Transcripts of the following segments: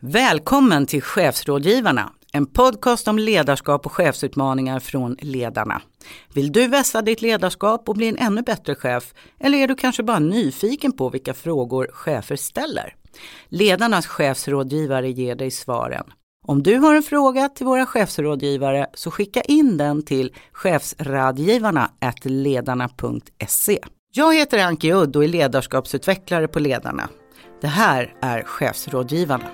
Välkommen till Chefsrådgivarna, en podcast om ledarskap och chefsutmaningar från ledarna. Vill du vässa ditt ledarskap och bli en ännu bättre chef, eller är du kanske bara nyfiken på vilka frågor chefer ställer? Ledarnas chefsrådgivare ger dig svaren. Om du har en fråga till våra chefsrådgivare så skicka in den till chefsrådgivarna@ledarna.se. Jag heter Anki Udd och är ledarskapsutvecklare på Ledarna. Det här är Chefsrådgivarna.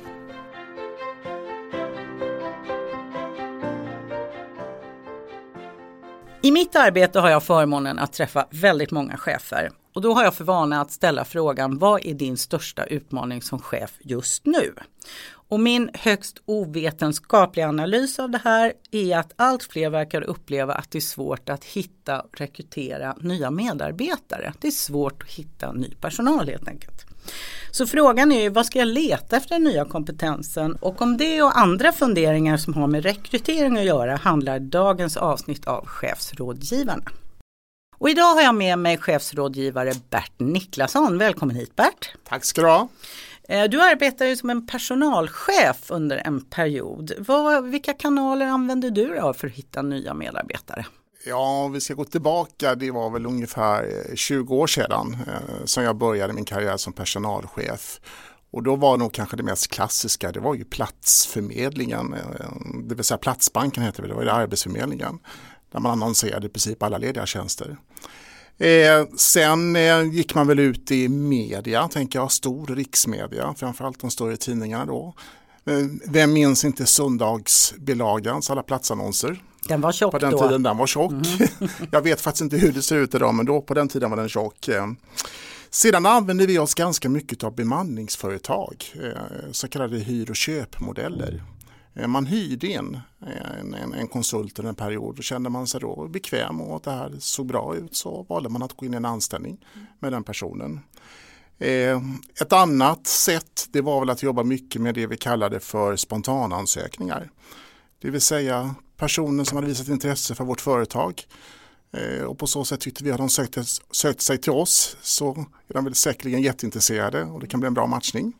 I mitt arbete har jag förmånen att träffa väldigt många chefer. Och då har jag för vana att ställa frågan: vad är din största utmaning som chef just nu? Och min högst ovetenskapliga analys av det här är att allt fler verkar uppleva att det är svårt att hitta och rekrytera nya medarbetare. Det är svårt att hitta ny personal helt enkelt. Så frågan är ju, vad ska jag leta efter den nya kompetensen? Och om det och andra funderingar som har med rekrytering att göra handlar dagens avsnitt av Chefsrådgivarna. Och idag har jag med mig chefsrådgivare Bert Niklasson. Välkommen hit, Bert. Tack ska du ha. Du arbetar ju som en personalchef under en period. Vilka kanaler använder du då för att hitta nya medarbetare? Ja, vi ska gå tillbaka. Det var väl ungefär 20 år sedan som jag började min karriär som personalchef. Och då var nog kanske det mest klassiska, det var ju platsförmedlingen. Det vill säga Platsbanken heter det var ju Arbetsförmedlingen. Där man annonserade i princip alla lediga tjänster. Sen gick man väl ut i media, tänker jag, stor riksmedia, framförallt de större tidningarna då. Vem minns inte söndagsbilagans alla platsannonser? Den var tjock på den då. Tiden den var tjock. Jag vet faktiskt inte hur det ser ut idag, men då på den tiden var den tjock. Sedan använde vi oss ganska mycket av bemanningsföretag, så kallade hyr- och köpmodeller. Man hyrde in en konsult under en period och kände man sig då bekväm och att det här såg bra ut, så valde man att gå in i en anställning med den personen. Ett annat sätt, det var väl att jobba mycket med det vi kallade för spontanansökningar. Det vill säga personer som hade visat intresse för vårt företag och på så sätt tyckte vi att de sökt sig till oss, så är de väl säkerligen jätteintresserade och det kan bli en bra matchning.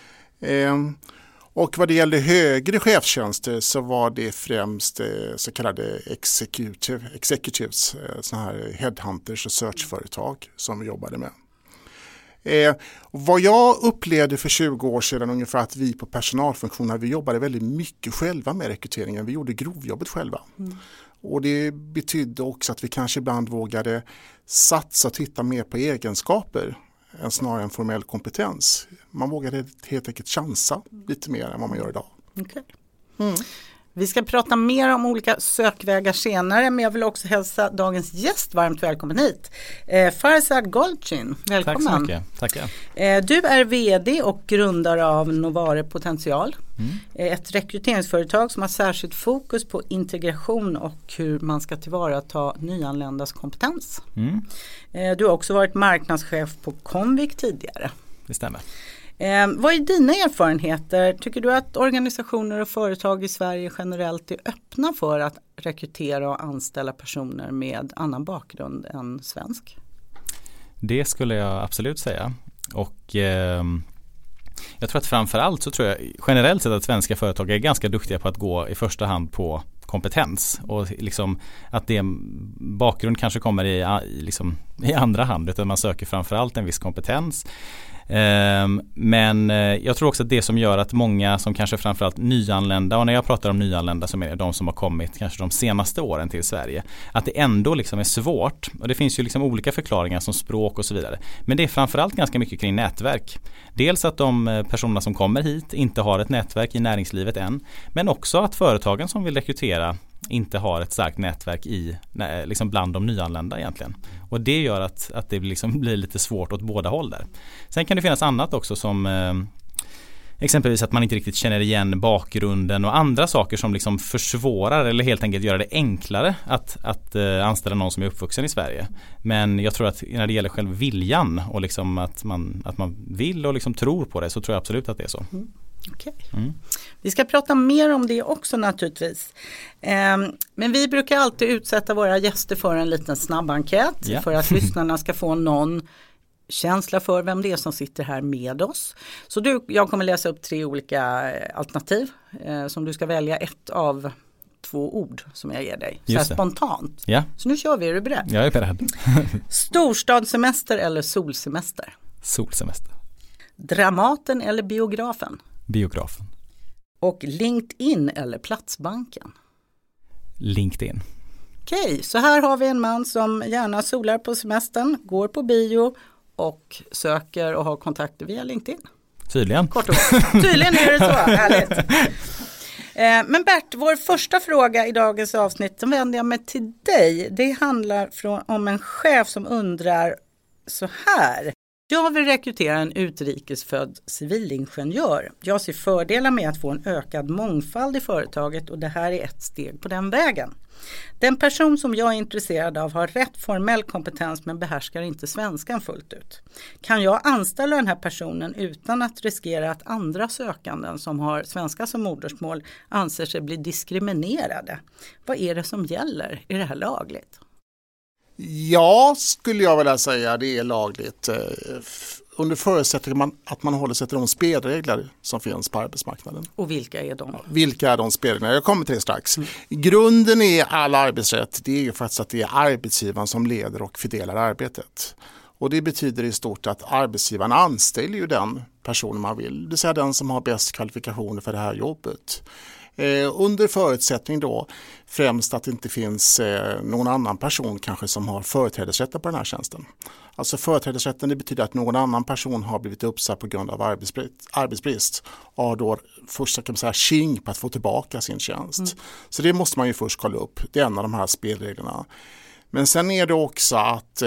Och vad det gällde högre chefstjänster så var det främst så kallade executives, såna här headhunters och searchföretag som vi jobbade med. Vad jag upplevde för 20 år sedan ungefär att vi på personalfunktionen, vi jobbade väldigt mycket själva med rekryteringen. Vi gjorde grovjobbet själva. Och det betydde också att vi kanske ibland vågade satsa och titta mer på egenskaper än snarare en formell kompetens. Man vågade helt enkelt chansa lite mer än vad man gör idag. Okay. Vi ska prata mer om olika sökvägar senare, men jag vill också hälsa dagens gäst varmt välkommen hit. Farzad Golcin, välkommen. Tack så mycket, tackar. Du är vd och grundare av Novare Potential. Ett rekryteringsföretag som har särskilt fokus på integration och hur man ska tillvarata nyanländas kompetens. Du har också varit marknadschef på Comvik tidigare. Det stämmer. Vad är dina erfarenheter? Tycker du att organisationer och företag i Sverige generellt är öppna för att rekrytera och anställa personer med annan bakgrund än svensk? Det skulle jag absolut säga. Och jag tror att framförallt så tror jag generellt sett att svenska företag är ganska duktiga på att gå i första hand på kompetens. Och liksom att det bakgrund kanske kommer i andra hand, utan man söker framförallt en viss kompetens. Men jag tror också att det som gör att många som kanske framförallt nyanlända, och när jag pratar om nyanlända så är det de som har kommit kanske de senaste åren till Sverige, att det ändå liksom är svårt, och det finns ju liksom olika förklaringar som språk och så vidare, men det är framförallt ganska mycket kring nätverk. Dels att de personerna som kommer hit inte har ett nätverk i näringslivet än, men också att företagen som vill rekrytera inte har ett starkt nätverk liksom bland de nyanlända egentligen. Och det gör att det liksom blir lite svårt åt båda håll där. Sen kan det finnas annat också som exempelvis att man inte riktigt känner igen bakgrunden och andra saker som liksom försvårar eller helt enkelt gör det enklare att anställa någon som är uppvuxen i Sverige. Men jag tror att när det gäller själva viljan och liksom att man vill och liksom tror på det, så tror jag absolut att det är så. Okay. Vi ska prata mer om det också naturligtvis. Men vi brukar alltid utsätta våra gäster för en liten snabb enkät för att lyssnarna ska få någon känsla för vem det är som sitter här med oss. Så jag kommer läsa upp 3 olika alternativ som du ska välja ett av 2 ord som jag ger dig. Så här spontant. Ja. Så nu kör vi, är du beredd? Jag är beredd. Storstadssemester eller solsemester? Solsemester. Dramaten eller biografen? Biografen. Och LinkedIn eller Platsbanken? LinkedIn. Okej, så här har vi en man som gärna solar på semestern, går på bio och söker och har kontakter via LinkedIn. Tydligen. Kort ord. Tydligen är det så, härligt. Men Bert, vår första fråga i dagens avsnitt, som vänder jag mig till dig. Det handlar om en chef som undrar så här. Jag vill rekrytera en utrikesfödd civilingenjör. Jag ser fördelar med att få en ökad mångfald i företaget och det här är ett steg på den vägen. Den person som jag är intresserad av har rätt formell kompetens men behärskar inte svenskan fullt ut. Kan jag anställa den här personen utan att riskera att andra sökanden som har svenska som modersmål anser sig bli diskriminerade? Vad är det som gäller? Är det här lagligt? Ja, skulle jag vilja säga, det är lagligt. Under förutsättning att man håller sig till de spelregler som finns på arbetsmarknaden. Och vilka är de? Vilka är de spelreglerna? Jag kommer till det strax. Grunden i all arbetsrätt, det är ju faktiskt att det är arbetsgivaren som leder och fördelar arbetet. Och det betyder i stort att arbetsgivaren anställer ju den personen man vill, det vill säga den som har bäst kvalifikationer för det här jobbet. Under förutsättning då främst att det inte finns någon annan person kanske som har företrädesrätten på den här tjänsten. Alltså företrädesrätten, det betyder att någon annan person har blivit uppsatt på grund av arbetsbrist och har då först kan man säga tjing på att få tillbaka sin tjänst. Så det måste man ju först kolla upp, det är en av de här spelreglerna. Men sen är det också att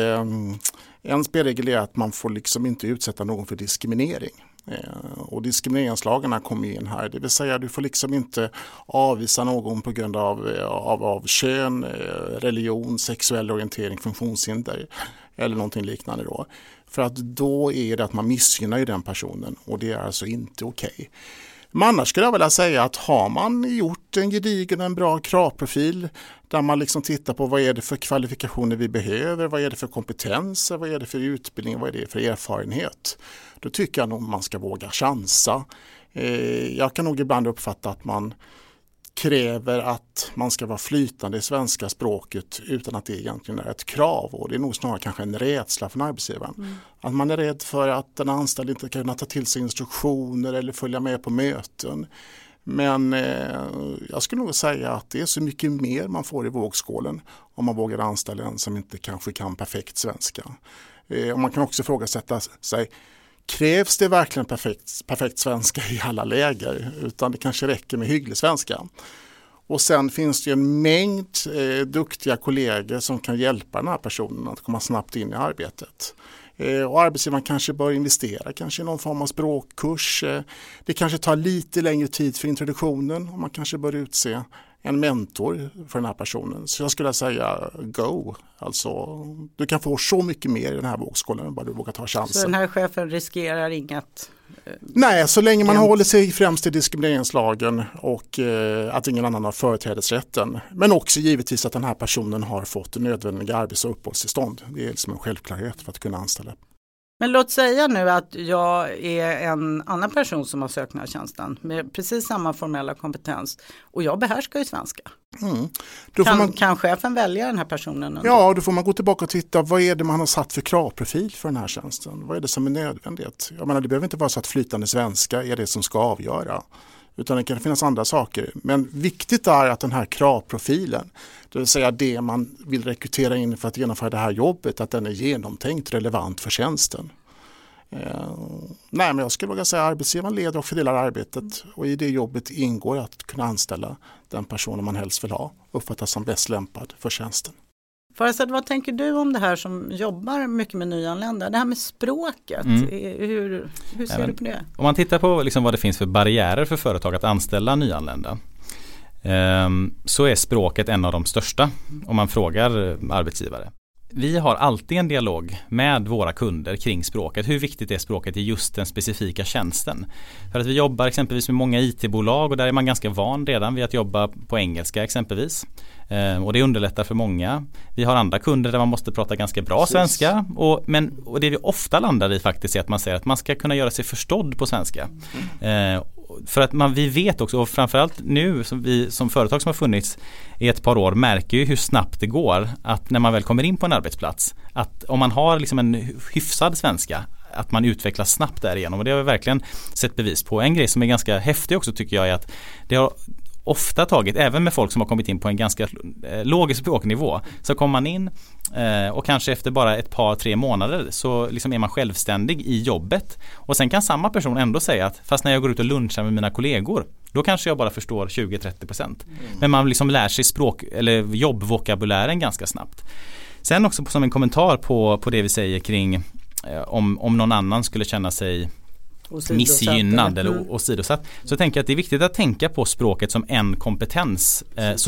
en spelregel är att man får liksom inte utsätta någon för diskriminering. Och diskrimineringslagarna kommer in här, det vill säga du får liksom inte avvisa någon på grund av kön, religion, sexuell orientering, funktionshinder eller någonting liknande då. För att då är det att man missgynnar ju den personen och det är alltså inte okej. Men annars skulle jag vilja säga att har man gjort en gedigen och en bra kravprofil där man liksom tittar på vad är det för kvalifikationer vi behöver, vad är det för kompetenser, vad är det för utbildning, vad är det för erfarenhet. Då tycker jag nog man ska våga chansa. Jag kan nog ibland uppfatta att man kräver att man ska vara flytande i svenska språket utan att det egentligen är ett krav. Och det är nog snarare kanske en rädsla från arbetsgivaren. Att man är rädd för att den anställde inte kan ta till sig instruktioner eller följa med på möten. Men jag skulle nog säga att det är så mycket mer man får i vågskålen om man vågar anställa en som inte kanske kan perfekt svenska. Och man kan också frågasätta sig, krävs det verkligen perfekt svenska i alla läger? Utan det kanske räcker med hygglig svenska. Och sen finns det en mängd duktiga kollegor som kan hjälpa den här personen att komma snabbt in i arbetet. Och arbetsgivaren kanske bör investera kanske i någon form av språkkurs. Det kanske tar lite längre tid för introduktionen och man kanske bör utse en mentor för den här personen. Så jag skulle säga go. Alltså, du kan få så mycket mer i den här vågskålen än vad du vågar ta chansen. Så den här chefen riskerar inget? Nej, så länge man håller sig främst till diskrimineringslagen och att ingen annan har företrädesrätten. Men också givetvis att den här personen har fått nödvändiga arbets- och uppehållstillstånd. Det är liksom en självklarhet för att kunna anställa. Men låt säga nu att jag är en annan person som har sökt den här tjänsten med precis samma formella kompetens och jag behärskar ju svenska. Kan chefen välja den här personen? Ja, då får man gå tillbaka och titta vad är det man har satt för kravprofil för den här tjänsten. Vad är det som är nödvändigt? Jag menar, det behöver inte vara så att flytande svenska är det som ska avgöra. Utan det kan finnas andra saker. Men viktigt är att den här kravprofilen, det vill säga det man vill rekrytera in för att genomföra det här jobbet, att den är genomtänkt relevant för tjänsten. Nej, men jag skulle våga säga att arbetsgivaren leder och fördelar arbetet och i det jobbet ingår att kunna anställa den personen man helst vill ha, uppfattas som bäst lämpad för tjänsten. Förresten, vad tänker du om det här som jobbar mycket med nyanlända? Det här med språket, hur ser du på det? Om man tittar på liksom vad det finns för barriärer för företag att anställa nyanlända så är språket en av de största om man frågar arbetsgivare. vi har alltid en dialog med våra kunder kring språket. Hur viktigt är språket i just den specifika tjänsten? För att vi jobbar exempelvis med många IT-bolag och där är man ganska van redan vid att jobba på engelska exempelvis. Och det underlättar för många. Vi har andra kunder där man måste prata ganska bra svenska. Och det vi ofta landar i faktiskt är att man säger att man ska kunna göra sig förstådd på svenska. För att vi vet också, och framförallt nu som vi som företag som har funnits i ett par år märker ju hur snabbt det går att när man väl kommer in på en arbetsplats, att om man har liksom en hyfsad svenska, att man utvecklas snabbt därigenom. Och det har vi verkligen sett bevis på. En grej som är ganska häftig också tycker jag är att det har ofta tagit, även med folk som har kommit in på en ganska låg språknivå, så kommer man in och kanske efter bara ett par, 3 månader så liksom är man självständig i jobbet. Och sen kan samma person ändå säga att fast när jag går ut och lunchar med mina kollegor, då kanske jag bara förstår 20-30%. Men man liksom lär sig språk eller jobbvokabulären ganska snabbt. Sen också som en kommentar på det vi säger kring om någon annan skulle känna sig missgynnad eller åsidosatt, så tänker jag att det är viktigt att tänka på språket som en kompetens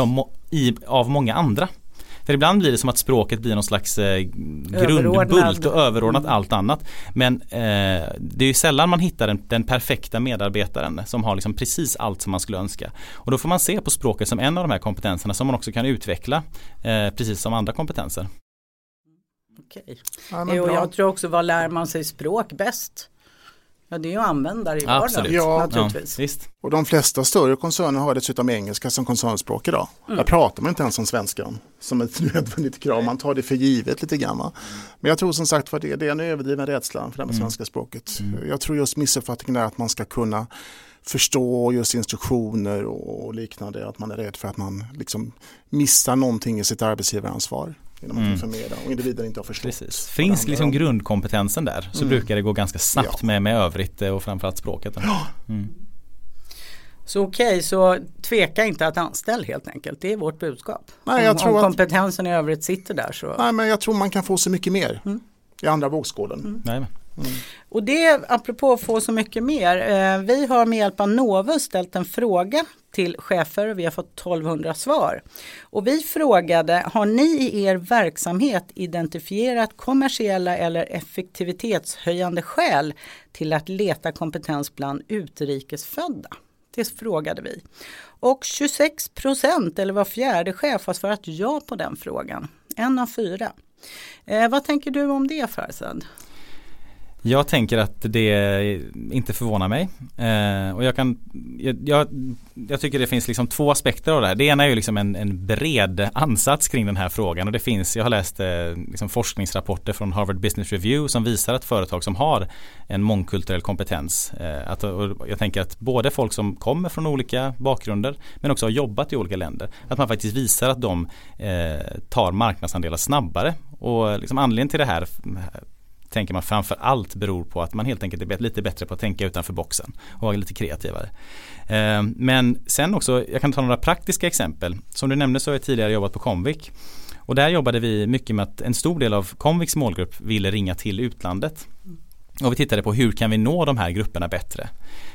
av många andra. För ibland blir det som att språket blir någon slags grundbult och överordnat allt annat. Men det är ju sällan man hittar den perfekta medarbetaren som har liksom precis allt som man skulle önska. Och då får man se på språket som en av de här kompetenserna som man också kan utveckla precis som andra kompetenser. Okej. Ja, jag tror också, vad lär man sig språk bäst? Ja, det är ju användare i vardagen. Ja, naturligtvis. Visst. Och de flesta större koncerner har dessutom engelska som koncernspråk idag. Där pratar man inte ens om svenska som ett nödvändigt krav. Man tar det för givet lite grann. Men jag tror som sagt att det är en överdriven rädsla för det med svenska språket. Jag tror just missuppfattningen är att man ska kunna förstå just instruktioner och liknande. Att man är rädd för att man liksom missar någonting i sitt arbetsgivaransvar. Genom att informera och individen inte har förstått. Precis. Finns liksom grundkompetensen där så brukar det gå ganska snabbt med övrigt och framförallt språket. Så okej, så tveka inte att anställa helt enkelt. Det är vårt budskap. Nej, jag tror om kompetensen i övrigt sitter där så. Nej, men jag tror man kan få så mycket mer i andra vågskålen. Och det, apropå att få så mycket mer, vi har med hjälp av Novus ställt en fråga till chefer och vi har fått 1200 svar. Och vi frågade, har ni i er verksamhet identifierat kommersiella eller effektivitetshöjande skäl till att leta kompetens bland utrikesfödda? Det frågade vi. Och 26% eller var fjärde chef har svarat ja på den frågan. 1 av 4. Vad tänker du om det, Farzad? Jag tänker att det inte förvånar mig. Och jag tycker det finns liksom 2 aspekter av det här. Det ena är ju liksom en bred ansats kring den här frågan. Och jag har läst liksom forskningsrapporter från Harvard Business Review som visar att företag som har en mångkulturell kompetens, och jag tänker att både folk som kommer från olika bakgrunder men också har jobbat i olika länder, att man faktiskt visar att de tar marknadsandelar snabbare. Och liksom anledningen till det här tänker man framför allt beror på att man helt enkelt är lite bättre på att tänka utanför boxen och vara lite kreativare. Men sen också, jag kan ta några praktiska exempel. Som du nämnde så har jag tidigare jobbat på Comvik. Och där jobbade vi mycket med att en stor del av Comviks målgrupp ville ringa till utlandet. Och vi tittade på hur kan vi nå de här grupperna bättre.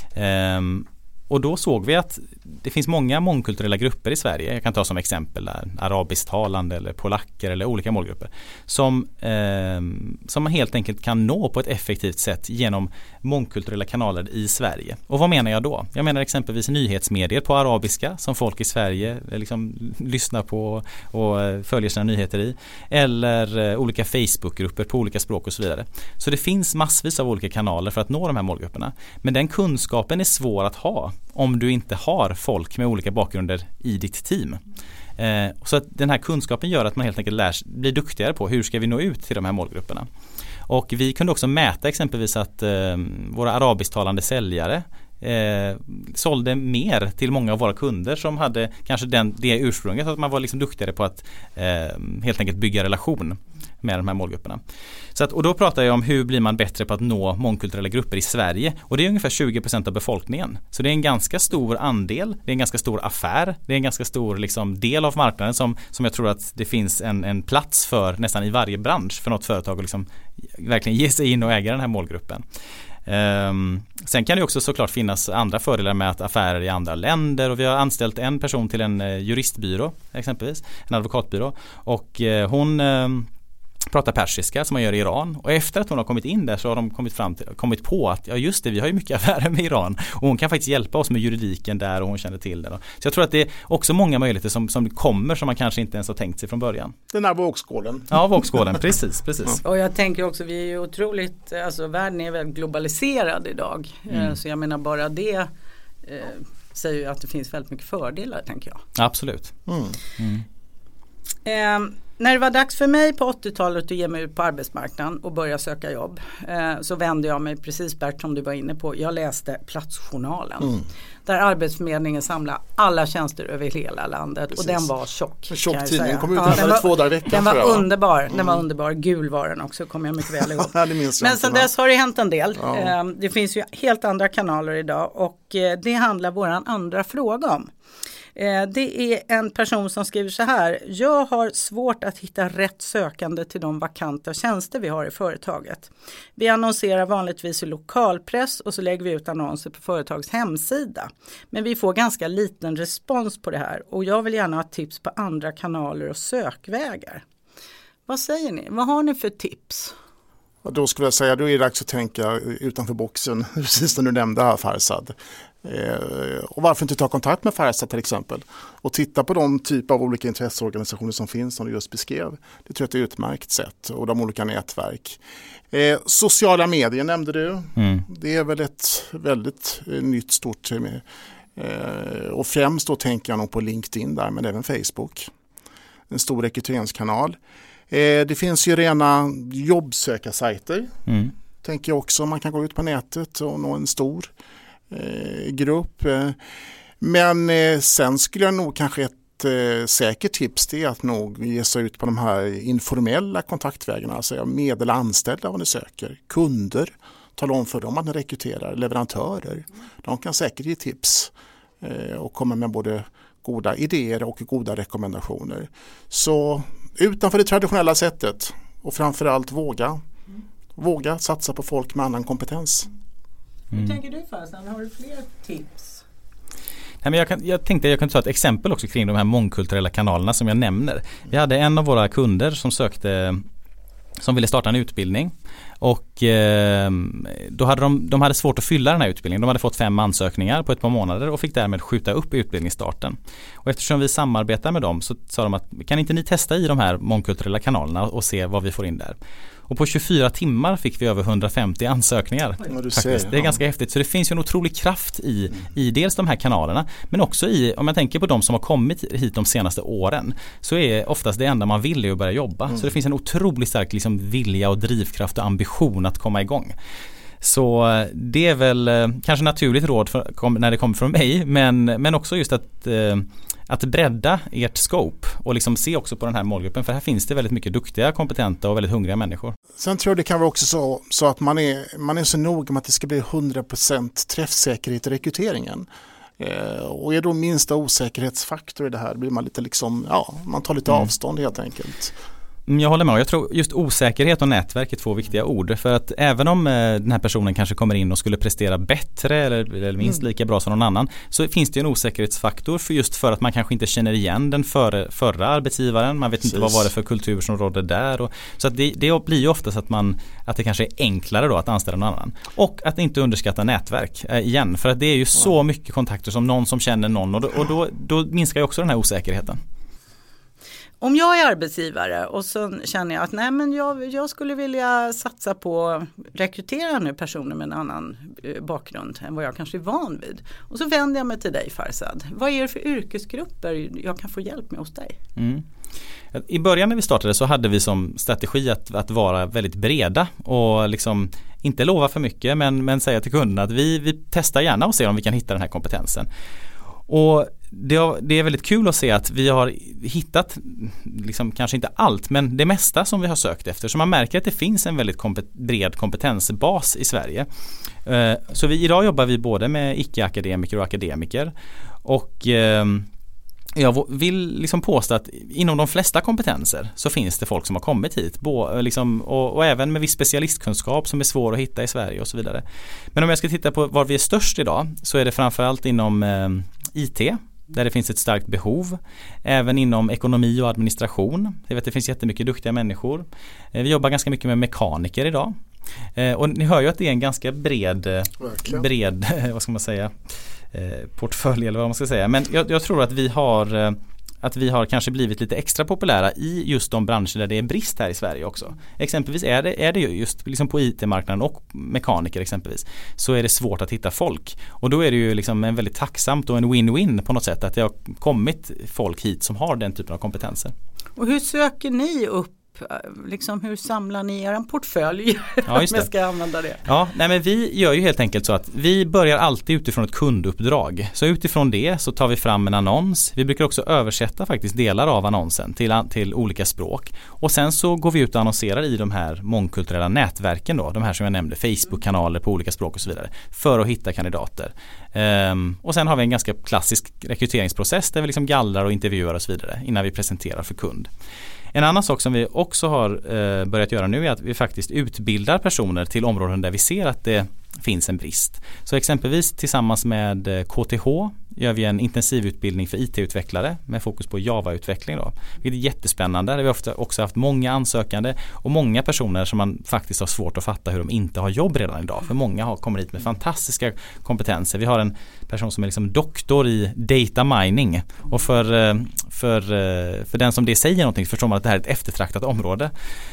Och då såg vi att det finns många mångkulturella grupper i Sverige. Jag kan ta som exempel arabisktalande eller polacker eller olika målgrupper. Som man helt enkelt kan nå på ett effektivt sätt genom mångkulturella kanaler i Sverige. Och vad menar jag då? Jag menar exempelvis nyhetsmedier på arabiska som folk i Sverige liksom lyssnar på och följer sina nyheter i. Eller olika Facebookgrupper på olika språk och så vidare. Så det finns massvis av olika kanaler för att nå de här målgrupperna. Men den kunskapen är svår att ha om du inte har folk med olika bakgrunder i ditt team. Så att den här kunskapen gör att man helt enkelt blir duktigare på hur ska vi nå ut till de här målgrupperna. Och vi kunde också mäta exempelvis att våra arabisktalande säljare sålde mer till många av våra kunder som hade kanske det ursprunget, att man var liksom duktigare på att helt enkelt bygga relation med de här målgrupperna. Så att, och då pratar jag om hur blir man bättre på att nå mångkulturella grupper i Sverige, och det är ungefär 20% av befolkningen. Så det är en ganska stor andel, det är en ganska stor affär, det är en ganska stor liksom, del av marknaden som jag tror att det finns en plats för nästan i varje bransch för något företag att liksom verkligen ge sig in och äga den här målgruppen. Sen kan det också såklart finnas andra fördelar med att affärer i andra länder, och vi har anställt en person till en juristbyrå exempelvis, en advokatbyrå, och hon pratar persiska som man gör i Iran. Och efter att hon har kommit in där så har de kommit på att ja just det, vi har ju mycket affärer med Iran. Och hon kan faktiskt hjälpa oss med juridiken där och hon känner till det. Då. Så jag tror att det är också många möjligheter som kommer som man kanske inte ens har tänkt sig från början. Den här vågskålen. Ja, vågskålen, precis. Och jag tänker också, vi är ju otroligt, alltså världen är väldigt globaliserad idag. Så jag menar bara det säger ju att det finns väldigt mycket fördelar, tänker jag. Absolut. När det var dags för mig på 80-talet att ge mig ut på arbetsmarknaden och börja söka jobb så vände jag mig, precis Bert som du var inne på, jag läste Platsjournalen. Där Arbetsförmedlingen samlade alla tjänster över hela landet. Precis. Och den var tjock. En tjock tidning, kom ut här 2 dagar i veckan. Den var underbar, den var underbar. Gul var den också, kommer jag mycket väl ihåg. Men sen dess har det hänt en del. Det finns ju helt andra kanaler idag och det handlar våran andra fråga om. Det är en person som skriver så här: jag har svårt att hitta rätt sökande till de vakanta tjänster vi har i företaget. Vi annonserar vanligtvis i lokalpress och så lägger vi ut annonser på företags hemsida. Men vi får ganska liten respons på det här och jag vill gärna ha tips på andra kanaler och sökvägar. Vad säger ni? Vad har ni för tips? Och då skulle jag säga, då är det dags att tänka utanför boxen, precis som du nämnde här Farzad. Och varför inte ta kontakt med Farzad till exempel och titta på de typer av olika intresseorganisationer som finns som du just beskrev. Det tror jag är ett utmärkt sätt och de olika nätverk. Sociala medier nämnde du. Det är väl ett väldigt nytt stort och främst då tänker jag nog på LinkedIn där, men även Facebook. En stor rekryteringskanal. Det finns ju rena jobbsökarsajter. Tänker jag också, man kan gå ut på nätet och nå en stor grupp. Men sen skulle jag nog kanske ett säkert tips det är att nog ge sig ut på de här informella kontaktvägarna. Alltså meddela anställda vad ni söker. Kunder, tala om för dem att ni rekryterar. Leverantörer, de kan säkert ge tips och komma med både goda idéer och goda rekommendationer. Så utanför det traditionella sättet och framförallt våga satsa på folk med annan kompetens. Hur tänker du Farzad? Har du fler tips? Nej, men jag tänkte jag kunde ta ett exempel också kring de här mångkulturella kanalerna som jag nämner. Vi hade en av våra kunder som ville starta en utbildning och då hade de hade svårt att fylla den här utbildningen. De hade fått 5 ansökningar på ett par månader och fick därmed skjuta upp utbildningsstarten. Och eftersom vi samarbetar med dem så sa de att kan inte ni testa i de här mångkulturella kanalerna och se vad vi får in där. Och på 24 timmar fick vi över 150 ansökningar. Det är ganska häftigt. Så det finns ju en otrolig kraft i dels de här kanalerna men också om jag tänker på de som har kommit hit de senaste åren så är oftast det enda man vill är att börja jobba. Så det finns en otroligt stark vilja och drivkraft och ambition att komma igång. Så det är väl kanske naturligt råd när det kommer från mig men också just att bredda ert scope och se också på den här målgruppen för här finns det väldigt mycket duktiga, kompetenta och väldigt hungriga människor. Sen tror jag det kan vara också så att man är så noga med att det ska bli 100% träffsäkerhet i rekryteringen. Och är då minsta osäkerhetsfaktor i det här blir man lite man tar lite avstånd helt enkelt. Jag håller med. Jag tror just osäkerhet och nätverk är 2 viktiga ord. För att även om den här personen kanske kommer in och skulle prestera bättre eller minst lika bra som någon annan så finns det en osäkerhetsfaktor för att man kanske inte känner igen den förra arbetsgivaren. Man vet inte vad var det för kultur som rådde där. Så att det blir ju oftast att det kanske är enklare då att anställa någon annan. Och att inte underskatta nätverk igen. För att det är ju så mycket kontakter som någon som känner någon och då minskar ju också den här osäkerheten. Om jag är arbetsgivare och så känner jag att jag skulle vilja satsa på att rekrytera nu personer med en annan bakgrund än vad jag kanske är van vid. Och så vänder jag mig till dig Farzad. Vad är det för yrkesgrupper jag kan få hjälp med hos dig? I början när vi startade så hade vi som strategi att vara väldigt breda och inte lova för mycket men säga till kunderna att vi testar gärna och ser om vi kan hitta den här kompetensen. Och det är väldigt kul att se att vi har hittat kanske inte allt men det mesta som vi har sökt efter. Så man märker att det finns en väldigt bred kompetensbas i Sverige. Så idag jobbar vi både med icke-akademiker och akademiker. Och jag vill påstå att inom de flesta kompetenser så finns det folk som har kommit hit. Och även med viss specialistkunskap som är svår att hitta i Sverige och så vidare. Men om jag ska titta på var vi är störst idag så är det framförallt inom IT. där det finns ett starkt behov. Även inom ekonomi och administration. Jag vet att det finns jättemycket duktiga människor. Vi jobbar ganska mycket med mekaniker idag. Och ni hör ju att det är en ganska bred vad ska man säga, portfölj eller vad man ska säga. Men jag tror att vi har kanske blivit lite extra populära i just de branscher där det är brist här i Sverige också. Exempelvis är det just liksom på IT-marknaden och mekaniker exempelvis, så är det svårt att hitta folk. Och då är det ju liksom en väldigt tacksamt och en win-win på något sätt att det har kommit folk hit som har den typen av kompetenser. Och hur söker ni upp? Liksom, hur samlar ni er portfölj? Ja, just det. Jag ska använda det. Ja, nej, men vi gör ju helt enkelt så att vi börjar alltid utifrån ett kunduppdrag. Så utifrån det så tar vi fram en annons. Vi brukar också översätta faktiskt delar av annonsen till olika språk. Och sen så går vi ut och annonserar i de här mångkulturella nätverken då, de här som jag nämnde, Facebook-kanaler på olika språk och så vidare, för att hitta kandidater. Och sen har vi en ganska klassisk rekryteringsprocess där vi liksom gallrar och intervjuar och så vidare innan vi presenterar för kund. En annan sak som vi också har börjat göra nu är att vi faktiskt utbildar personer till områden där vi ser att det finns en brist. Så exempelvis tillsammans med KTH gör vi en intensivutbildning för IT-utvecklare med fokus på Java-utveckling då. Det är jättespännande. Vi har ofta också haft många ansökande och många personer som man faktiskt har svårt att fatta hur de inte har jobb redan idag. För många kommer hit med fantastiska kompetenser. Vi har en person som är liksom doktor i data mining och för den som det säger någonting förstår man att det här är ett eftertraktat område.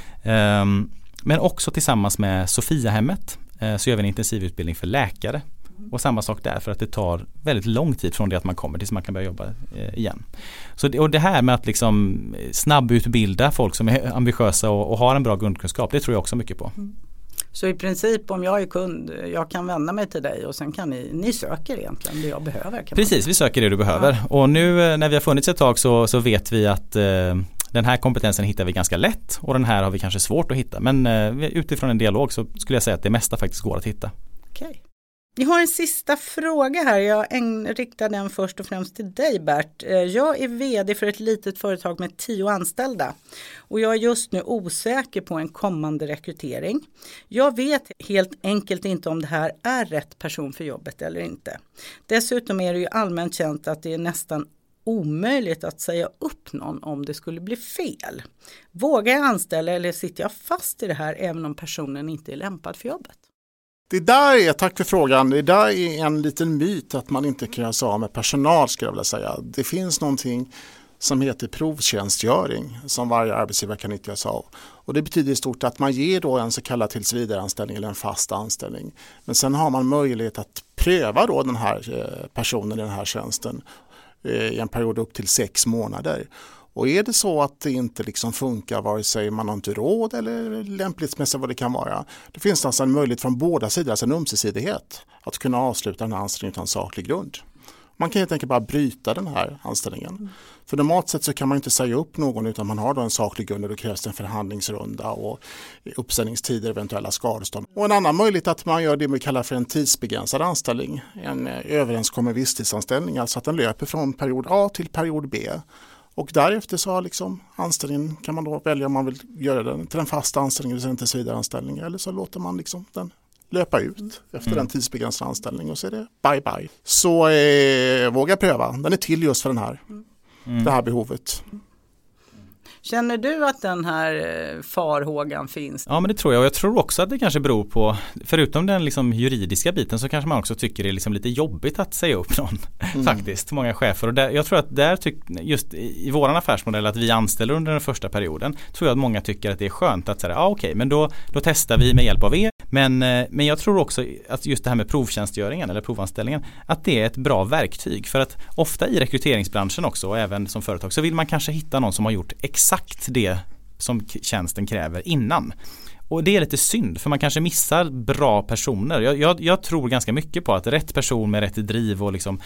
Men också tillsammans med Sofiahemmet så gör vi en intensivutbildning för läkare. Och samma sak där, för att det tar väldigt lång tid från det att man kommer tills man kan börja jobba igen. Och det här med att liksom snabbutbilda folk som är ambitiösa och har en bra grundkunskap, det tror jag också mycket på. Så i princip om jag är kund, jag kan vända mig till dig och sen kan ni söker egentligen det jag behöver. Precis, vi söker det du behöver. Ja. Och nu när vi har funnits ett tag så vet vi att den här kompetensen hittar vi ganska lätt och den här har vi kanske svårt att hitta. Men utifrån en dialog så skulle jag säga att det mesta faktiskt går att hitta. Okej. Vi har en sista fråga här. Jag riktar den först och främst till dig, Bert. Jag är vd för ett litet företag med 10 anställda och jag är just nu osäker på en kommande rekrytering. Jag vet helt enkelt inte om det här är rätt person för jobbet eller inte. Dessutom är det ju allmänt känt att det är nästan omöjligt att säga upp någon om det skulle bli fel. Vågar jag anställa eller sitter jag fast i det här även om personen inte är lämpad för jobbet? Det där är, tack för frågan, det där är en liten myt att man inte kan göra sig av med personal, skulle jag vilja säga. Det finns någonting som heter provtjänstgöring som varje arbetsgivare kan nyttja sig av. Och det betyder i stort att man ger då en så kallad tillsvidareanställning eller en fast anställning. Men sen har man möjlighet att pröva då den här personen i den här tjänsten i en period upp till 6 månader. Och är det så att det inte liksom funkar, vare sig man har inte råd eller lämplighetsmässigt vad det kan vara, det finns alltså en möjlighet från båda sidor, alltså en ömsesidighet, att kunna avsluta den här anställningen utan saklig grund. Man kan helt enkelt bara bryta den här anställningen. För normalt sett så kan man inte säga upp någon utan man har då en saklig grund och då krävs det en förhandlingsrunda och uppsägningstider, eventuella skadestånd. Och en annan möjlighet att man gör det vi kallar för en tidsbegränsad anställning, en överenskommen visstidsanställning, alltså att den löper från period A till period B. Och därefter så har liksom anställningen, kan man då välja om man vill göra den till en fast anställning eller en tillsvidareanställning, eller så låter man liksom den löpa ut efter den tidsbegränsade anställningen och så är det bye bye. Så våga pröva, den är till just för det här behovet. Känner du att den här farhågan finns? Ja, men det tror jag. Och jag tror också att det kanske beror på, förutom den liksom juridiska biten, så kanske man också tycker det är liksom lite jobbigt att säga upp någon faktiskt, många chefer. Och jag tror att just i våran affärsmodell att vi anställer under den första perioden, tror jag att många tycker att det är skönt att säga, okej, men då testar vi med hjälp av er. Men jag tror också att just det här med provtjänstgöringen eller provanställningen, att det är ett bra verktyg. För att ofta i rekryteringsbranschen också, och även som företag, så vill man kanske hitta någon som har gjort exakt det som tjänsten kräver innan. Och det är lite synd, för man kanske missar bra personer. Jag tror ganska mycket på att rätt person med rätt driv och liksom,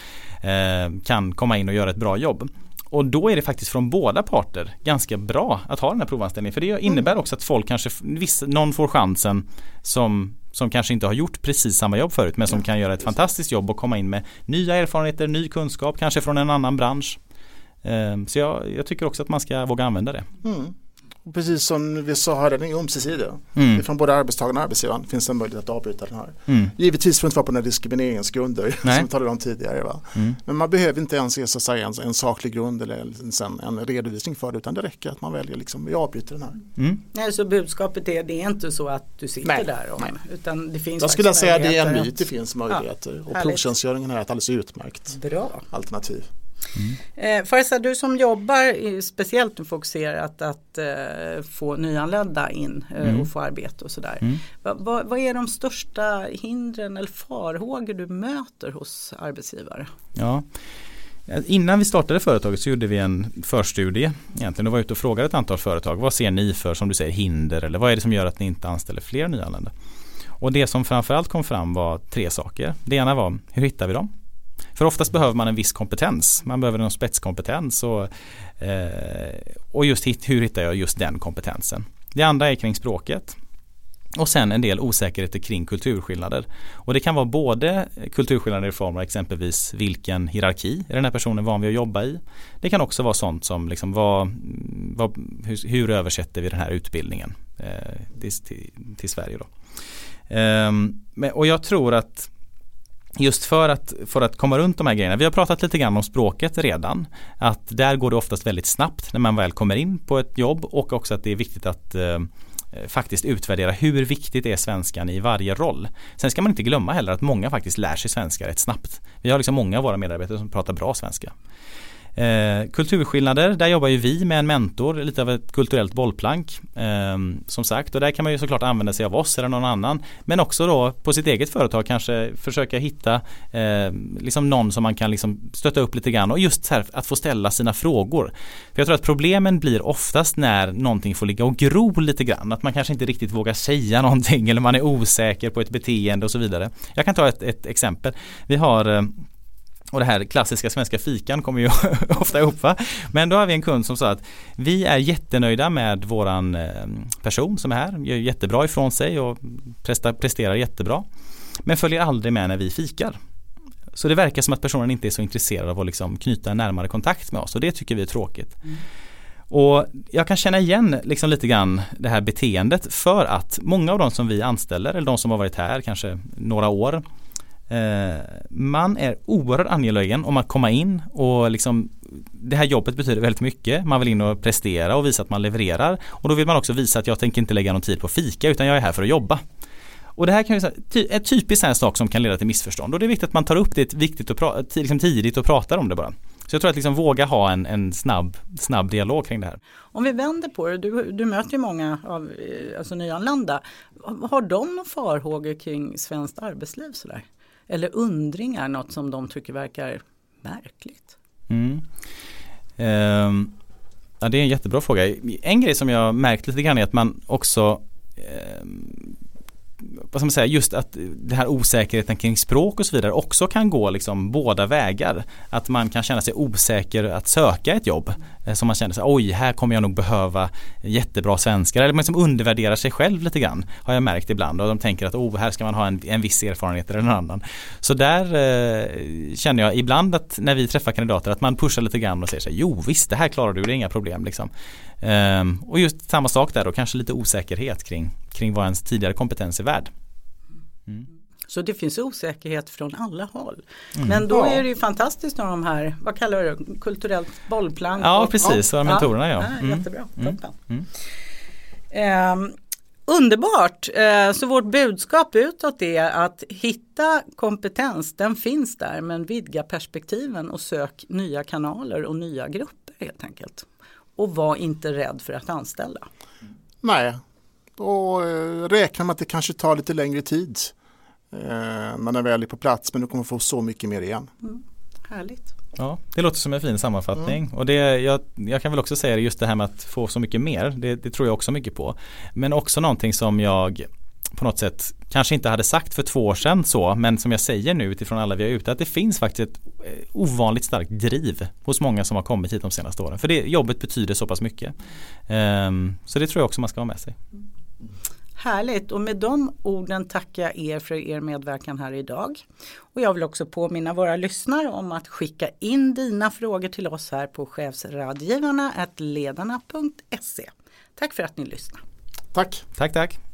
kan komma in och göra ett bra jobb. Och då är det faktiskt från båda parter ganska bra att ha den här provanställningen. För det innebär också att folk kanske, någon får chansen som kanske inte har gjort precis samma jobb förut, men som kan göra ett fantastiskt jobb och komma in med nya erfarenheter, ny kunskap, kanske från en annan bransch. Så jag tycker också att man ska våga använda det. Och precis som vi sa här, den är ömsesidig. Från både arbetstagaren och arbetsgivaren finns det en möjlighet att avbryta den här. Givetvis får det inte vara på några diskrimineringsgrunder som vi talade om tidigare. Va? Men man behöver inte ens ge så att säga, en saklig grund eller en redovisning för det, utan det räcker att man väljer liksom, vi avbryter den här. Nej, så budskapet är, det är inte så att du sitter där utan det finns. Jag skulle säga att det är en myt, det finns möjligheter. Och provtjänstgöringen är ett alldeles utmärkt alternativ. Farsa, du som jobbar speciellt fokuserat att få nyanlända in och få arbete och sådär. Vad är de största hindren eller farhågor du möter hos arbetsgivare? Ja. Innan vi startade företaget så gjorde vi en förstudie egentligen och var ute och frågade ett antal företag. Vad ser ni för, som du säger, hinder eller vad är det som gör att ni inte anställer fler nyanlända? Och det som framförallt kom fram var 3 saker. Det ena var, hur hittar vi dem? För oftast behöver man en viss kompetens. Man behöver någon spetskompetens och just hur hittar jag just den kompetensen? Det andra är kring språket. Och sen en del osäkerheter kring kulturskillnader. Och det kan vara både kulturskillnader i form av exempelvis vilken hierarki är den här personen van vid att jobba i. Det kan också vara sånt som liksom hur översätter vi den här utbildningen till Sverige då. Och jag tror att just för att komma runt de här grejerna. Vi har pratat lite grann om språket redan. Att där går det oftast väldigt snabbt när man väl kommer in på ett jobb. Och också att det är viktigt att faktiskt utvärdera hur viktigt är svenskan i varje roll. Sen ska man inte glömma heller att många faktiskt lär sig svenska rätt snabbt. Vi har liksom många av våra medarbetare som pratar bra svenska. Kulturskillnader, där jobbar ju vi med en mentor, lite av ett kulturellt bollplank som sagt, och där kan man ju såklart använda sig av oss eller någon annan, men också då på sitt eget företag kanske försöka hitta liksom någon som man kan liksom stötta upp lite grann och just så här, att få ställa sina frågor. För jag tror att problemen blir oftast när någonting får ligga och gro lite grann, att man kanske inte riktigt vågar säga någonting eller man är osäker på ett beteende och så vidare. Jag kan ta ett exempel. Vi har och det här klassiska svenska fikan kommer ju ofta upp, va? Men då har vi en kund som sa att vi är jättenöjda med våran person som är här, gör jättebra ifrån sig och presterar jättebra, men följer aldrig med när vi fikar. Så det verkar som att personen inte är så intresserad av att liksom knyta en närmare kontakt med oss, och det tycker vi är tråkigt. Och jag kan känna igen liksom lite grann det här beteendet, för att många av de som vi anställer, eller de som har varit här kanske några år, man är oerhört angelägen om att komma in och liksom, det här jobbet betyder väldigt mycket. Man vill in och prestera och visa att man levererar, och då vill man också visa att jag tänker inte lägga någon tid på fika utan jag är här för att jobba. Och det här kan ju vara ett typiskt en sak som kan leda till missförstånd, och det är viktigt att man tar upp det viktigt att liksom tidigt och pratar om det bara. Så jag tror att liksom våga ha en snabb dialog kring det här. Om vi vänder på det, du möter ju många av alltså nyanlända. Har de några farhågor kring svenskt arbetsliv sådär? Eller undringar, något som de tycker verkar märkligt? Ja, det är en jättebra fråga. En grej som jag märkt lite grann är att man också vad ska man säga, just att det här osäkerheten kring språk och så vidare också kan gå liksom båda vägar. Att man kan känna sig osäker att söka ett jobb. Som man känner sig, oj, här kommer jag nog behöva jättebra svenskar. Eller man liksom undervärderar sig själv lite grann, har jag märkt ibland. Och de tänker att här ska man ha en viss erfarenhet eller en annan. Så där känner jag ibland att när vi träffar kandidater att man pushar lite grann och säger så här, jo visst, det här klarar du, det är inga problem liksom. Och just samma sak där då, kanske lite osäkerhet kring vad ens tidigare kompetens är värd. Så det finns osäkerhet från alla håll. Men då är det ju fantastiskt med de här, vad kallar du det, kulturellt bollplank. Ja, precis, och mentorerna. Ja. Jättebra, toppen. Underbart, så vårt budskap utåt är att hitta kompetens, den finns där, men vidga perspektiven och sök nya kanaler och nya grupper helt enkelt. Och var inte rädd för att anställa. Nej, och räkna med att det kanske tar lite längre tid. Man är väl på plats, men du kommer få så mycket mer igen. Härligt. Ja, det låter som en fin sammanfattning. Och jag kan väl också säga just det här med att få så mycket mer, det tror jag också mycket på. Men också någonting som jag på något sätt kanske inte hade sagt för 2 år sedan så, men som jag säger nu utifrån alla vi har ute, att det finns faktiskt ett ovanligt starkt driv hos många som har kommit hit de senaste åren. För det jobbet betyder så pass mycket. Så det tror jag också man ska ha med sig. Härligt, och med de orden tackar jag er för er medverkan här idag. Och jag vill också påminna våra lyssnare om att skicka in dina frågor till oss här på chefsradgivarna@ledarna.se. Tack för att ni lyssnade. Tack. Tack.